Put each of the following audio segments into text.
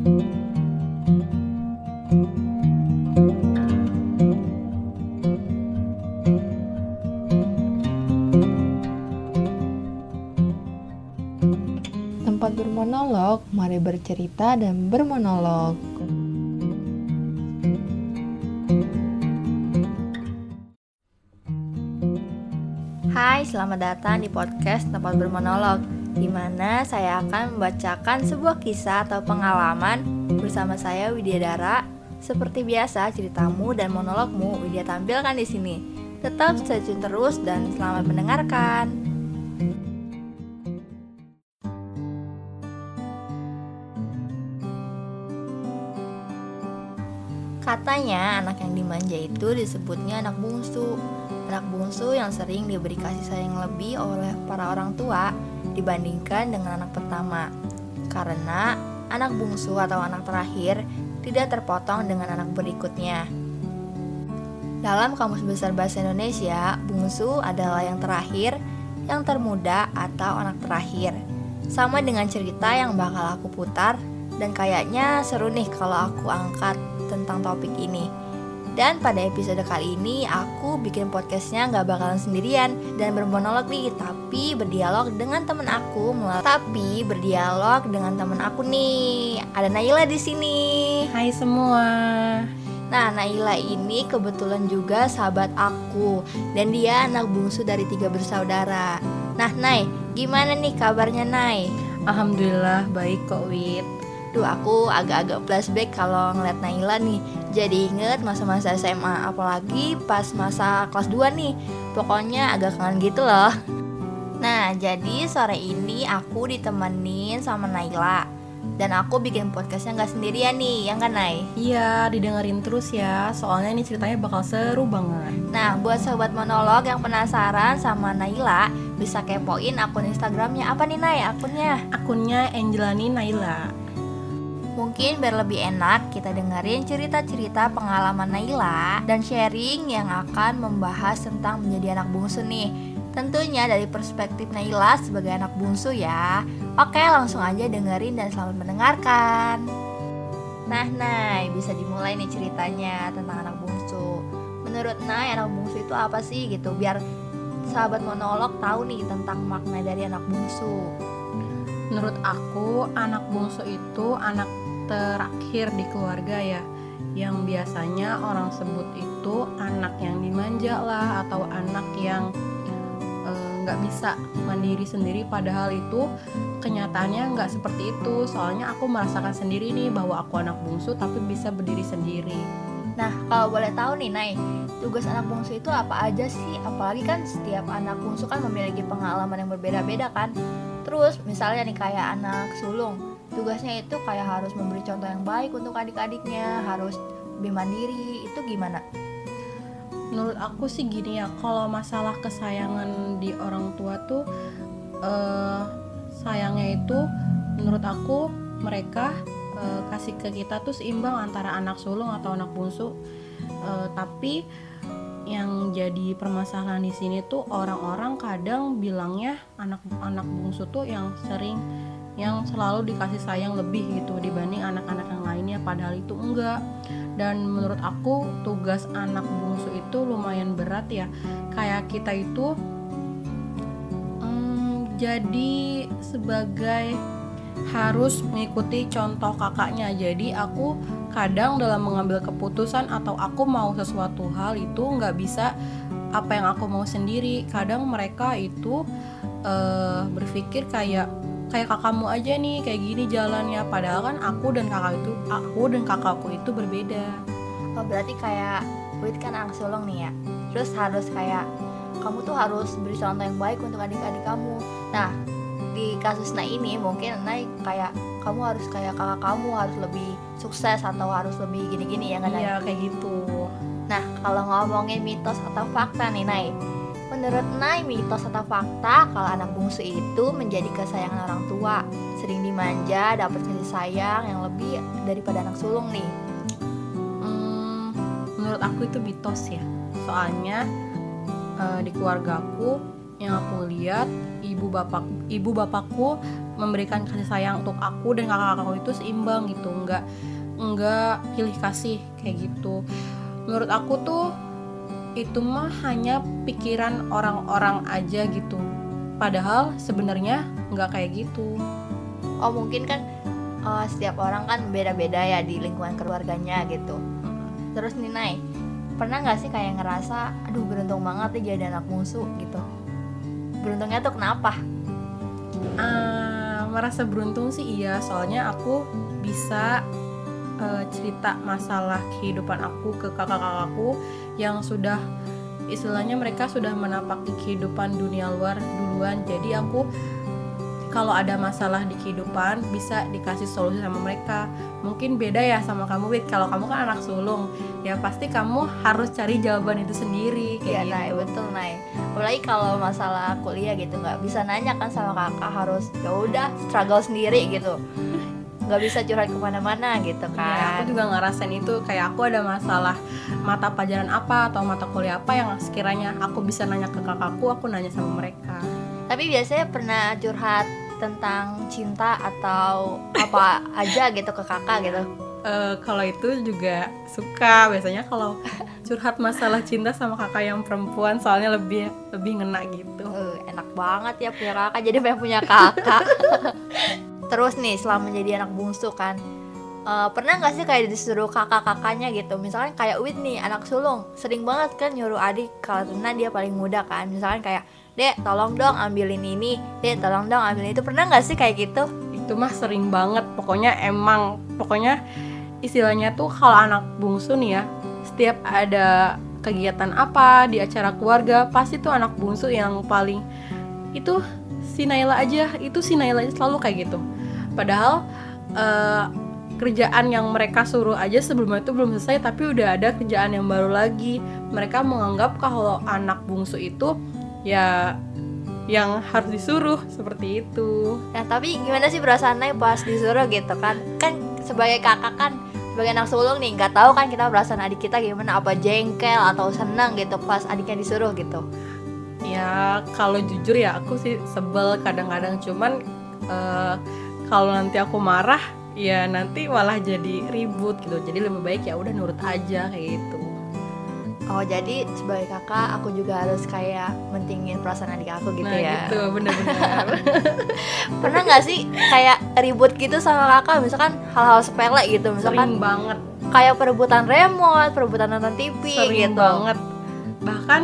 Tempat bermonolog, mari bercerita dan bermonolog. Hai, selamat datang di podcast Tempat Bermonolog, di mana saya akan membacakan sebuah kisah atau pengalaman bersama saya Widya Dara. Seperti biasa, ceritamu dan monologmu Widya tampilkan di sini. Tetap stay tune terus dan selamat mendengarkan. Katanya anak yang dimanja itu disebutnya anak bungsu. Anak bungsu yang sering diberi kasih sayang lebih oleh para orang tua dibandingkan dengan anak pertama. Karena anak bungsu atau anak terakhir tidak terpotong dengan anak berikutnya. Dalam Kamus Besar Bahasa Indonesia, bungsu adalah yang terakhir, yang termuda atau anak terakhir. Sama dengan cerita yang bakal aku putar, dan kayaknya seru nih kalau aku angkat tentang topik ini. Dan pada episode kali ini aku bikin podcastnya gak bakalan sendirian dan bermonolog nih, tapi berdialog dengan temen aku. Ada Naila di sini. Hai semua. Nah, Naila ini kebetulan juga sahabat aku, dan dia anak bungsu dari 3 bersaudara. Nah, Nay, gimana nih kabarnya, Nay? Alhamdulillah baik kok, Wid. Duh, aku agak-agak flashback kalau ngeliat Naila nih. Jadi inget masa-masa SMA, apalagi pas masa kelas 2 nih. Pokoknya agak kangen gitu loh. Nah, jadi sore ini aku ditemenin sama Naila. Dan aku bikin podcastnya gak sendirian nih, ya kan, Nay? Iya, didengerin terus ya, soalnya ini ceritanya bakal seru banget. Nah, buat sobat monolog yang penasaran sama Naila, bisa kepoin akun Instagramnya. Apa nih, Nay, akunnya? Akunnya Angelani Naila. Mungkin biar lebih enak kita dengerin cerita-cerita pengalaman Naila dan sharing yang akan membahas tentang menjadi anak bungsu nih. Tentunya dari perspektif Naila sebagai anak bungsu ya. Oke, langsung aja dengerin dan selamat mendengarkan. Nah, Nay, bisa dimulai nih ceritanya tentang anak bungsu. Menurut Nay, anak bungsu itu apa sih gitu? Biar sahabat monolog tahu nih tentang makna dari anak bungsu. Menurut aku, anak bungsu itu anak terakhir di keluarga ya, yang biasanya orang sebut itu anak yang dimanja lah, atau anak yang gak bisa mandiri sendiri. Padahal itu kenyataannya gak seperti itu. Soalnya aku merasakan sendiri nih bahwa aku anak bungsu tapi bisa berdiri sendiri. Nah, kalau boleh tahu nih, Nay, tugas anak bungsu itu apa aja sih? Apalagi kan setiap anak bungsu kan memiliki pengalaman yang berbeda-beda kan. Terus misalnya nih kayak anak sulung, tugasnya itu kayak harus memberi contoh yang baik untuk adik-adiknya, harus lebih mandiri. Itu gimana? Menurut aku sih gini ya, kalau masalah kesayangan di orang tua tuh sayangnya itu menurut aku mereka kasih ke kita tuh seimbang antara anak sulung atau anak bungsu. Tapi yang jadi permasalahan di sini tuh orang-orang kadang bilangnya anak bungsu tuh yang selalu dikasih sayang lebih gitu dibanding anak-anak yang lainnya, padahal itu enggak. Dan menurut aku tugas anak bungsu itu lumayan berat ya. Kayak kita itu jadi sebagai harus mengikuti contoh kakaknya. Jadi aku kadang dalam mengambil keputusan atau aku mau sesuatu hal itu nggak bisa apa yang aku mau sendiri. Kadang mereka itu berpikir kayak kakakmu aja nih kayak gini jalannya, padahal kan aku dan kakakku itu berbeda. Oh, berarti kayak Wid kan anak sulung nih ya, terus harus kayak kamu tuh harus beri contoh yang baik untuk adik-adik kamu. Nah, di kasus Nay ini mungkin Nay kayak kamu harus kayak kakak kamu, harus lebih sukses atau harus lebih gini-gini ya kan? Iya, kayak gitu. Nah, kalau ngomongin mitos atau fakta nih, Nay, menurut Nay, mitos atau fakta kalau anak bungsu itu menjadi kesayangan orang tua, sering dimanja, dapat kasih sayang yang lebih daripada anak sulung nih? Menurut aku itu mitos ya. Soalnya di keluargaku yang aku lihat, ibu bapakku memberikan kasih sayang untuk aku dan kakak-kakakku itu seimbang gitu, nggak pilih kasih kayak gitu. Menurut aku tuh itu mah hanya pikiran orang-orang aja gitu, padahal sebenarnya nggak kayak gitu. Oh mungkin kan setiap orang kan beda-beda ya di lingkungan keluarganya gitu. Terus nih Nay, pernah nggak sih kayak ngerasa aduh beruntung banget nih jadi anak bungsu gitu? Beruntungnya tuh kenapa? Merasa beruntung sih iya, soalnya aku bisa cerita masalah kehidupan aku ke kakak-kakakku yang sudah istilahnya mereka sudah menapaki kehidupan dunia luar duluan. Jadi aku kalau ada masalah di kehidupan bisa dikasih solusi sama mereka. Mungkin beda ya sama kamu Wit, kalau kamu kan anak sulung ya pasti kamu harus cari jawaban itu sendiri kayak Iya gitu. Nay, betul Nay. Apalagi kalau masalah kuliah gitu nggak bisa nanya kan sama kakak, harus ya udah struggle sendiri gitu, nggak bisa curhat kemana-mana gitu Ya, kan. aku juga ngerasain itu, kayak aku ada masalah mata pelajaran apa atau mata kuliah apa yang sekiranya aku bisa nanya ke kakakku, aku nanya sama mereka. Tapi biasanya pernah curhat tentang cinta atau apa aja gitu ke kakak gitu? Kalau itu juga suka biasanya kalau curhat masalah cinta sama kakak yang perempuan, soalnya lebih ngena gitu. Enak banget ya punya kakak, jadi pengen punya kakak. Terus nih selama menjadi anak bungsu kan, pernah nggak sih kayak disuruh kakak-kakaknya gitu? Misalkan kayak Wit nih anak sulung, sering banget kan nyuruh adik karena dia paling muda kan. Misalkan kayak Dek tolong dong ambilin ini, Dek tolong dong ambilin itu. Pernah nggak sih kayak gitu? Itu mah sering banget, pokoknya istilahnya tuh kalau anak bungsu nih ya, setiap ada kegiatan apa di acara keluarga pasti tuh anak bungsu yang paling itu si Naila aja selalu kayak gitu. Padahal kerjaan yang mereka suruh aja sebelumnya itu belum selesai, tapi udah ada kerjaan yang baru lagi. Mereka menganggap kalau anak bungsu itu ya yang harus disuruh seperti itu. Nah tapi gimana sih perasaannya pas disuruh gitu kan? Kan sebagai kakak kan, sebagai anak sulung nih nggak tahu kan kita perasaan adik kita gimana, apa jengkel atau senang gitu pas adiknya disuruh gitu? Ya kalau jujur ya aku sih sebel kadang-kadang, cuman kalau nanti aku marah ya nanti malah jadi ribut gitu. Jadi lebih baik ya udah nurut aja kayak gitu. Oh jadi sebagai kakak aku juga harus kayak mentingin perasaan adik aku gitu Nah, ya? gitu benar-benar. Pernah nggak sih kayak ribut gitu sama kakak, misalkan hal-hal sepele gitu, Sering misalkan banget. kayak perebutan remote, perebutan nonton TV Sering gitu? banget. Bahkan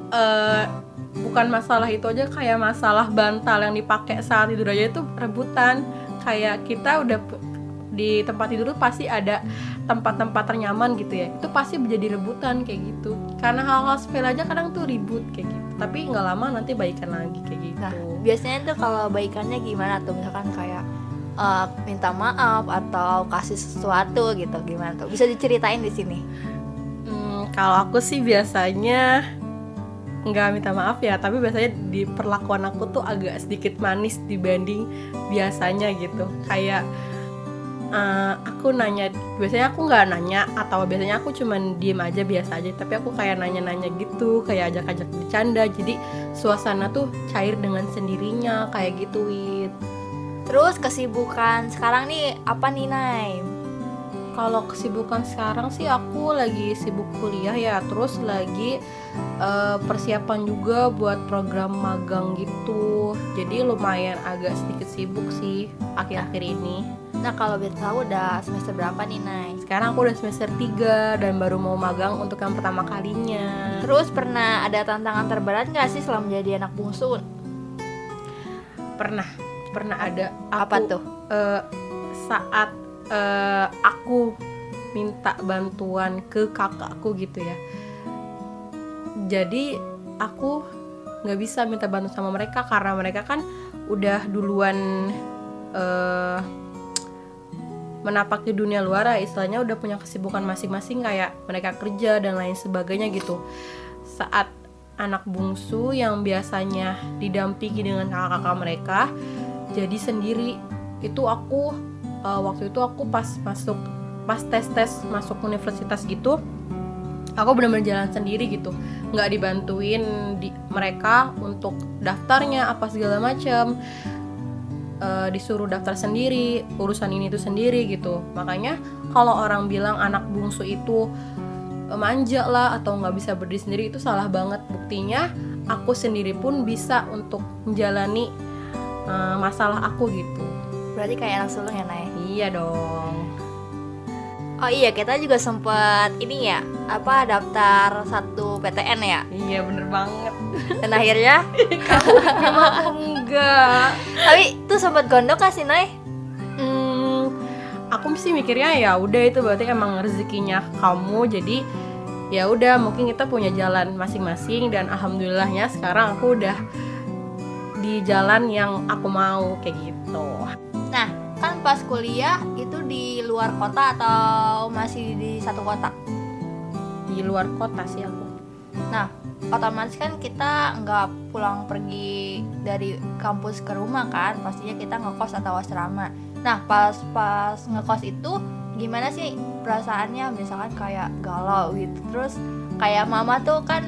bukan masalah itu aja, kayak masalah bantal yang dipakai saat tidur aja itu rebutan. Kayak kita udah di tempat tidur tuh pasti ada tempat-tempat ternyaman gitu ya, itu pasti menjadi rebutan kayak gitu. Karena hal-hal sepele aja kadang tuh ribut kayak gitu, tapi nggak lama nanti baikan lagi kayak gitu. Nah biasanya tuh kalau baikannya gimana tuh, misalkan kayak minta maaf atau kasih sesuatu gitu, gimana tuh? Bisa diceritain di sini? Kalau aku sih biasanya nggak minta maaf ya, tapi biasanya di perlakuan aku tuh agak sedikit manis dibanding biasanya gitu. Kayak aku nanya, biasanya aku nggak nanya, atau biasanya aku cuman diem aja biasa aja, tapi aku kayak nanya-nanya gitu, kayak ajak-ajak bercanda, jadi suasana tuh cair dengan sendirinya kayak gitu Wit. Terus kesibukan sekarang nih apa nih Nay? Kalau kesibukan sekarang sih aku lagi sibuk kuliah ya, terus lagi persiapan juga buat program magang gitu, jadi lumayan agak sedikit sibuk sih akhir-akhir ini. Nah kalau boleh tahu udah semester berapa nih Nay? Sekarang aku udah semester 3 dan baru mau magang untuk yang pertama kalinya. Terus pernah ada tantangan terberat gak sih selama menjadi anak bungsu? Pernah ada. Apa tuh? Saat aku minta bantuan ke kakakku gitu ya, jadi aku nggak bisa minta bantuan sama mereka karena mereka kan udah duluan menapaki dunia luar, istilahnya udah punya kesibukan masing-masing, kayak mereka kerja dan lain sebagainya gitu. Saat anak bungsu yang biasanya didampingi dengan kakak-kakak mereka jadi sendiri, itu aku waktu itu aku pas tes masuk universitas gitu, aku benar-benar jalan sendiri gitu, nggak dibantuin mereka untuk daftarnya apa segala macam. disuruh daftar sendiri, urusan ini tuh sendiri gitu. Makanya kalau orang bilang anak bungsu itu manja lah atau nggak bisa berdiri sendiri, itu salah banget. Buktinya aku sendiri pun bisa untuk menjalani masalah aku gitu. Berarti kayak anak sulung ya, Nay? Iya dong. Oh iya, kita juga sempat ini ya, daftar satu PTN ya. Iya bener banget. Dan akhirnya Aku enggak. tapi tuh sempat gondok gak sih, Nay? Aku sih mikirnya ya udah itu berarti emang rezekinya kamu, jadi ya udah mungkin kita punya jalan masing-masing, dan alhamdulillahnya sekarang aku udah di jalan yang aku mau kayak gitu. Nah, kan pas kuliah itu di luar kota atau masih di satu kota? Di luar kota sih aku. Nah, otomatis kan kita nggak pulang pergi dari kampus ke rumah kan, pastinya kita ngekos atau asrama. Nah, pas ngekos itu gimana sih perasaannya? Misalkan kayak galau gitu, terus kayak mama tuh kan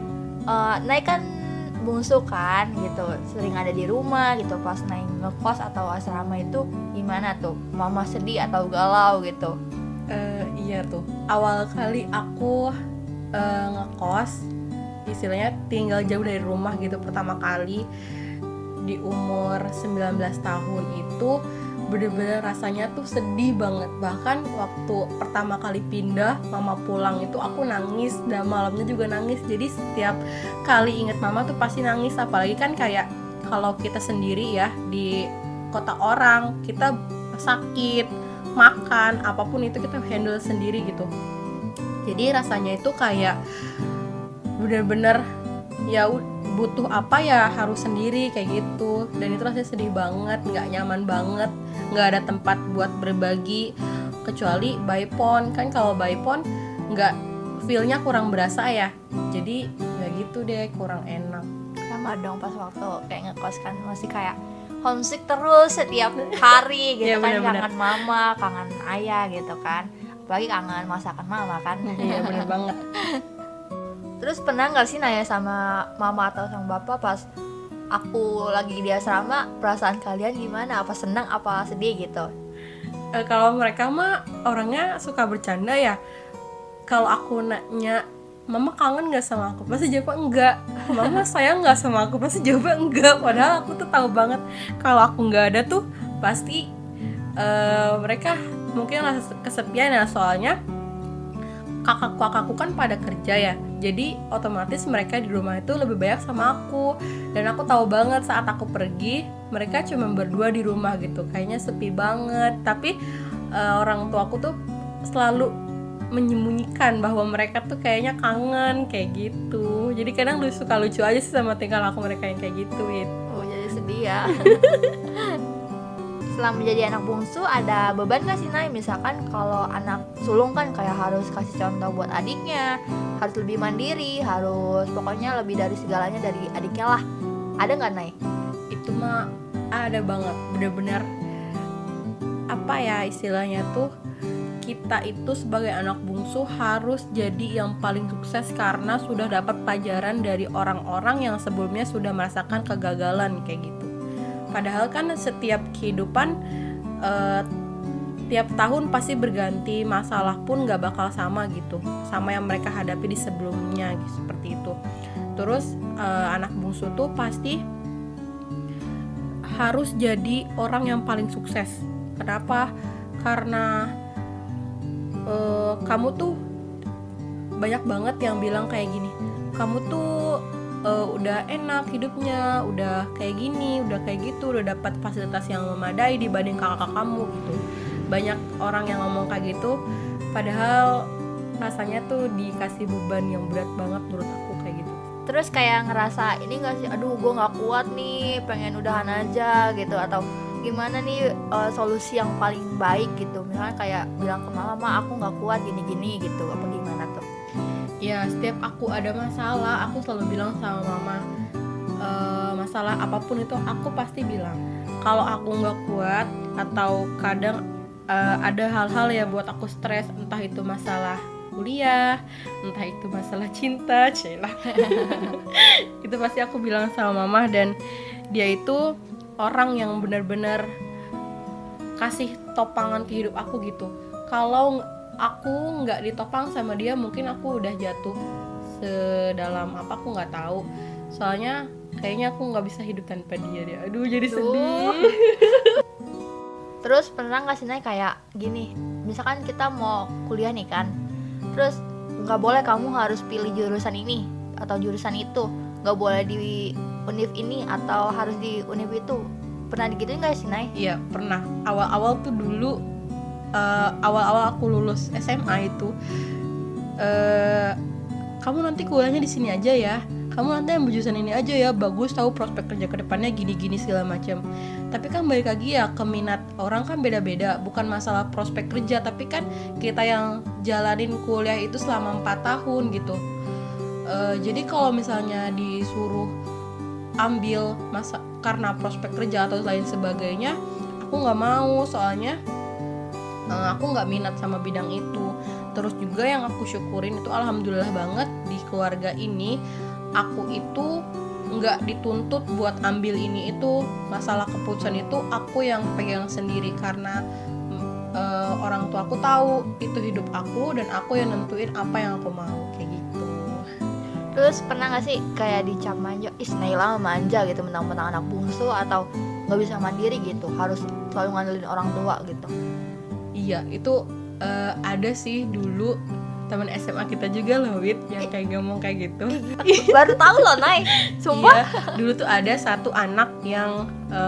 Nay kan bungsu kan gitu, sering ada di rumah gitu. Pas Nay ngekos atau asrama itu gimana tuh? Mama sedih atau galau gitu? Iya tuh, awal kali aku ngekos, istilahnya tinggal jauh dari rumah gitu pertama kali di umur 19 tahun itu bener-bener rasanya tuh sedih banget. Bahkan waktu pertama kali pindah, mama pulang itu aku nangis, dan malamnya juga nangis. Jadi setiap kali inget mama tuh pasti nangis. Apalagi kan kayak kalau kita sendiri ya di kota orang, kita sakit, makan, apapun itu kita handle sendiri gitu. Jadi rasanya itu kayak bener-bener ya butuh apa ya harus sendiri kayak gitu. Dan itu rasanya sedih banget, nggak nyaman banget, nggak ada tempat buat berbagi kecuali by phone. Kan kalau by phone nggak, feelnya kurang berasa ya, jadi ya gitu deh, kurang enak. Sama dong pas waktu kayak ngekos kan masih kayak homesick terus setiap hari gitu. Iya, kan bener-bener. kangen mama, kangen ayah gitu kan, apalagi kangen masakan mama kan. Iya bener banget. Terus pernah nggak sih nanya sama mama atau sama bapak pas aku lagi di asrama, perasaan kalian gimana? Apa senang, apa sedih gitu? Kalau mereka mah orangnya suka bercanda ya. Kalau aku nanya, mama kangen nggak sama aku, pasti jawab enggak. Mama sayang nggak sama aku, pasti jawab enggak. Padahal aku tuh tahu banget kalau aku nggak ada tuh pasti mereka mungkin rasa kesepian ya, soalnya kakak-kakakku kan pada kerja ya, jadi otomatis mereka di rumah itu lebih banyak sama aku. Dan aku tahu banget saat aku pergi, mereka cuma berdua di rumah gitu, kayaknya sepi banget. Tapi orang tua aku tuh selalu menyembunyikan bahwa mereka tuh kayaknya kangen kayak gitu. Jadi kadang suka lucu aja sih sama tingkah laku mereka yang kayak gituin. Oh, jadi sedih ya. Setelah menjadi anak bungsu, ada beban gak sih, Nay? Misalkan kalau anak sulung kan kayak harus kasih contoh buat adiknya, harus lebih mandiri, harus pokoknya lebih dari segalanya dari adiknya lah. Ada gak, Nay? Itu mah ada banget, bener-bener apa ya istilahnya tuh, kita itu sebagai anak bungsu harus jadi yang paling sukses karena sudah dapat pelajaran dari orang-orang yang sebelumnya sudah merasakan kegagalan kayak gitu. Padahal kan setiap kehidupan tiap tahun pasti berganti, masalah pun gak bakal sama gitu, sama yang mereka hadapi di sebelumnya gitu, seperti itu. Terus anak bungsu tuh pasti harus jadi orang yang paling sukses. Kenapa? Karena kamu tuh banyak banget yang bilang kayak gini, kamu tuh udah enak hidupnya, udah kayak gini, udah kayak gitu, udah dapat fasilitas yang memadai dibanding kakak kamu gitu. Banyak orang yang ngomong kayak gitu, padahal rasanya tuh dikasih beban yang berat banget menurut aku kayak gitu. Terus kayak ngerasa ini gak sih, aduh gue gak kuat nih, pengen udahan aja gitu, atau gimana nih solusi yang paling baik gitu. Misalnya kayak bilang ke mama, aku gak kuat gini-gini gitu, apa gimana tuh? Ya setiap aku ada masalah, aku selalu bilang sama mama, masalah apapun itu aku pasti bilang. Kalau aku nggak kuat atau kadang ada hal-hal yang buat aku stres, entah itu masalah kuliah, entah itu masalah cinta, celah. Itu pasti aku bilang sama mama, dan dia itu orang yang benar-benar kasih topangan ke hidup aku gitu. Kalau aku nggak ditopang sama dia, mungkin aku udah jatuh sedalam apa aku nggak tahu. Soalnya kayaknya aku nggak bisa hidup tanpa dia deh. Aduh, jadi sedih. Terus pernah nggak sih Nay kayak gini, misalkan kita mau kuliah nih kan, terus nggak boleh kamu harus pilih jurusan ini atau jurusan itu, nggak boleh di univ ini atau harus di univ itu. Pernah digituin nggak sih Nay? Iya, pernah. Awal-awal tuh dulu, awal-awal aku lulus SMA itu, kamu nanti kuliahnya di sini aja ya, kamu nanti yang jurusan ini aja ya, bagus, tahu prospek kerja kedepannya gini-gini segala macam. Tapi kan balik lagi ya ke minat orang kan beda-beda, bukan masalah prospek kerja, tapi kan kita yang jalanin kuliah itu selama 4 tahun gitu. Jadi kalau misalnya disuruh ambil karena prospek kerja atau lain sebagainya, aku nggak mau, soalnya aku nggak minat sama bidang itu. Terus juga yang aku syukurin itu alhamdulillah banget di keluarga ini, aku itu nggak dituntut buat ambil ini itu, masalah keputusan itu aku yang pegang sendiri karena orang tua aku tahu itu hidup aku dan aku yang nentuin apa yang aku mau kayak gitu. Terus pernah nggak sih kayak dicap manja, Naila manja gitu, mentang-mentang anak bungsu atau nggak bisa mandiri gitu, harus selalu ngandelin orang tua gitu? Iya, itu ada sih dulu teman SMA kita juga loh, Wit, yang kayak ngomong kayak gitu. Baru tahu loh, Nay. Sumpah. Iya, dulu tuh ada satu anak yang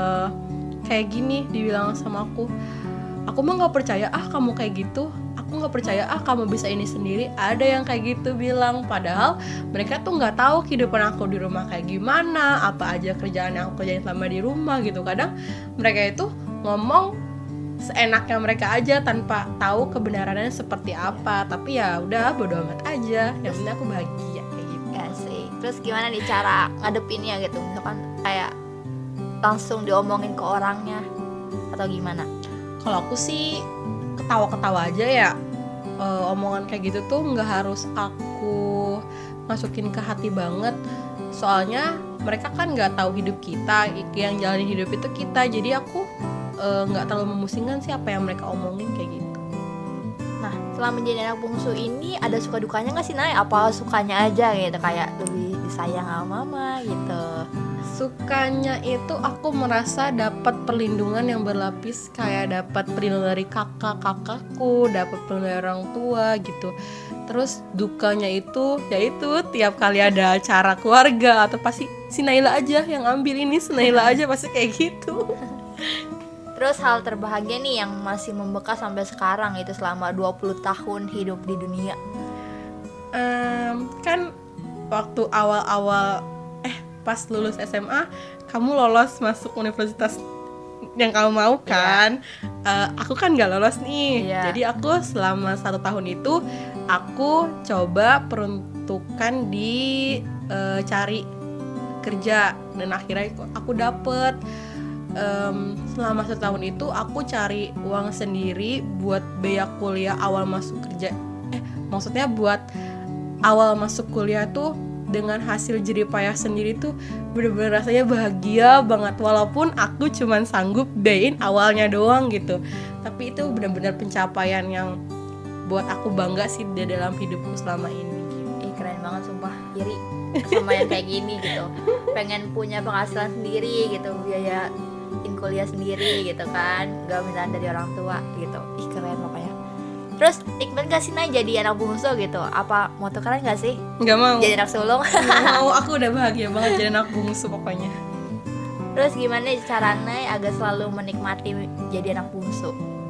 kayak gini dibilang sama aku mah nggak percaya kamu kayak gitu, aku nggak percaya kamu bisa ini sendiri. Ada yang kayak gitu bilang, padahal mereka tuh nggak tahu kehidupan aku di rumah kayak gimana, apa aja kerjaan yang aku kerjain selama di rumah gitu. Kadang mereka itu ngomong seenaknya mereka aja tanpa tahu kebenarannya seperti apa. Tapi ya udah, bodo amat aja, yang penting aku bahagia kayak gitu. Ya sih. Terus gimana nih cara ngadepinnya gitu, misalkan kayak langsung diomongin ke orangnya atau gimana? Kalau aku sih ketawa-ketawa aja ya. Omongan kayak gitu tuh nggak harus aku masukin ke hati banget, soalnya mereka kan nggak tahu hidup kita, yang jalanin hidup itu kita. Jadi aku nggak terlalu memusingkan sih apa yang mereka omongin kayak gitu. Nah, selama menjadi anak bungsu ini ada suka dukanya nggak sih, Nay? Apa sukanya aja gitu, kayak lebih disayang sama mama gitu? Sukanya itu aku merasa dapat perlindungan yang berlapis, kayak dapat perlindungan dari kakakku, dapat perlindungan dari orang tua gitu. Terus dukanya itu yaitu tiap kali ada acara keluarga atau pasti si Naila aja yang ambil ini, si Naila aja pasti kayak gitu. Terus hal terbahagia nih yang masih membekas sampai sekarang itu selama 20 tahun hidup di dunia? Kan waktu awal-awal pas lulus SMA, kamu lolos masuk universitas yang kamu mau kan? Aku kan gak lolos nih. Jadi aku selama 1 tahun itu aku coba peruntukan di cari kerja, dan akhirnya aku dapet. Selama 1 tahun itu aku cari uang sendiri buat biaya kuliah awal masuk kerja. Maksudnya buat awal masuk kuliah tuh dengan hasil jerih payah sendiri tuh bener-bener rasanya bahagia banget, walaupun aku cuman sanggup biayain awalnya doang gitu. Tapi itu bener-bener pencapaian yang buat aku bangga sih di dalam hidupku selama ini. Keren banget sumpah, iri sama yang kayak gini gitu. Pengen punya penghasilan sendiri gitu, biaya kuliah sendiri gitu kan, gak minta dari orang tua gitu. Keren pokoknya. Terus nikmat gak sih Nay jadi anak bungsu gitu? Apa mau tukeran gak sih? Gak mau. Jadi anak sulung? Gak mau, aku udah bahagia banget jadi anak bungsu pokoknya. Terus gimana cara Nay agar selalu menikmati jadi anak bungsu?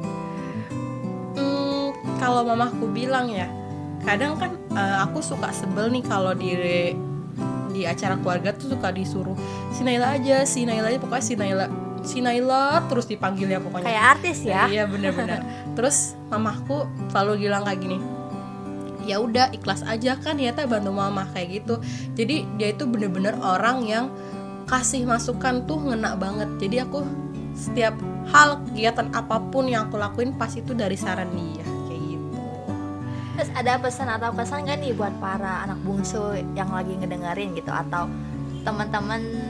Kalau mamaku bilang ya, kadang kan aku suka sebel nih kalau di acara keluarga tuh suka disuruh si Naila aja, pokoknya si Naila terus dipanggilnya pokoknya. Kayak artis ya? Iya benar-benar. Terus mamaku selalu bilang kayak gini, ya udah ikhlas aja kan ya teh, bantu mama kayak gitu. Jadi dia itu bener-bener orang yang kasih masukan tuh ngena banget. Jadi aku setiap hal kegiatan apapun yang aku lakuin pas itu dari saran dia kayak gitu. Terus ada pesan atau kesan gak nih buat para anak bungsu yang lagi ngedengerin gitu, atau teman-teman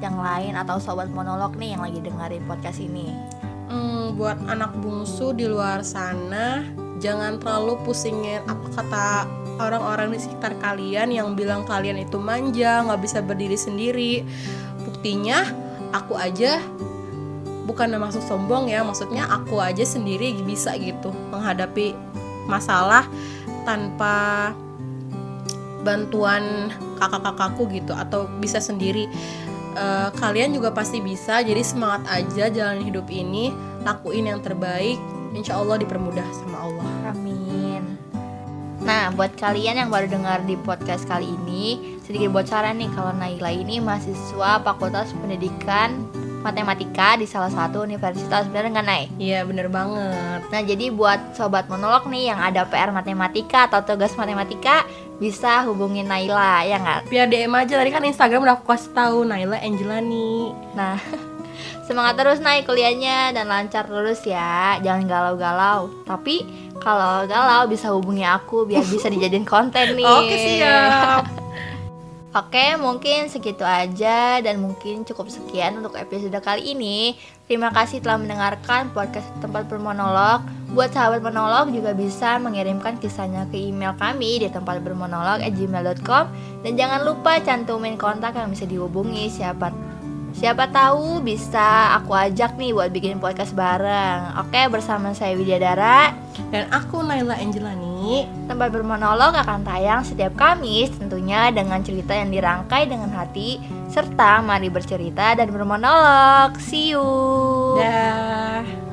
yang lain atau sobat monolog nih yang lagi dengerin podcast ini? Buat anak bungsu di luar sana, jangan terlalu pusingin apa kata orang-orang di sekitar kalian yang bilang kalian itu manja, gak bisa berdiri sendiri. Buktinya aku aja, bukan maksud sombong ya, maksudnya aku aja sendiri bisa gitu menghadapi masalah tanpa bantuan kakak-kakakku gitu, atau bisa sendiri. Kalian juga pasti bisa, jadi semangat aja jalan hidup ini, lakuin yang terbaik, insya Allah dipermudah sama Allah. Amin. Nah, buat kalian yang baru dengar di podcast kali ini, sedikit bocoran nih kalau Naila ini mahasiswa Fakultas Pendidikan Matematika di salah satu universitas, bener nggak Nay? Iya bener banget. Nah jadi buat sobat monolog nih yang ada PR matematika atau tugas matematika, bisa hubungin Naila ya nggak? Biar DM aja, tadi kan Instagram udah aku kasih tahu, Naila Angelani. Nah semangat terus Nay kuliahnya dan lancar lulus ya, jangan galau-galau. Tapi kalau galau bisa hubungi aku biar bisa dijadiin konten nih. Oke siap. Oke, mungkin segitu aja dan mungkin cukup sekian untuk episode kali ini. Terima kasih telah mendengarkan podcast Tempat Bermonolog. Buat sahabat monolog juga bisa mengirimkan kisahnya ke email kami di tempatbermonolog@gmail.com. Dan jangan lupa cantumin kontak yang bisa dihubungi. Siapa tahu bisa aku ajak nih buat bikin podcast bareng. Oke, bersama saya Widyadara dan aku Naila Angelani. Tempat Bermonolog akan tayang setiap Kamis, tentunya dengan cerita yang dirangkai dengan hati, serta mari bercerita dan bermonolog. See you. Dah.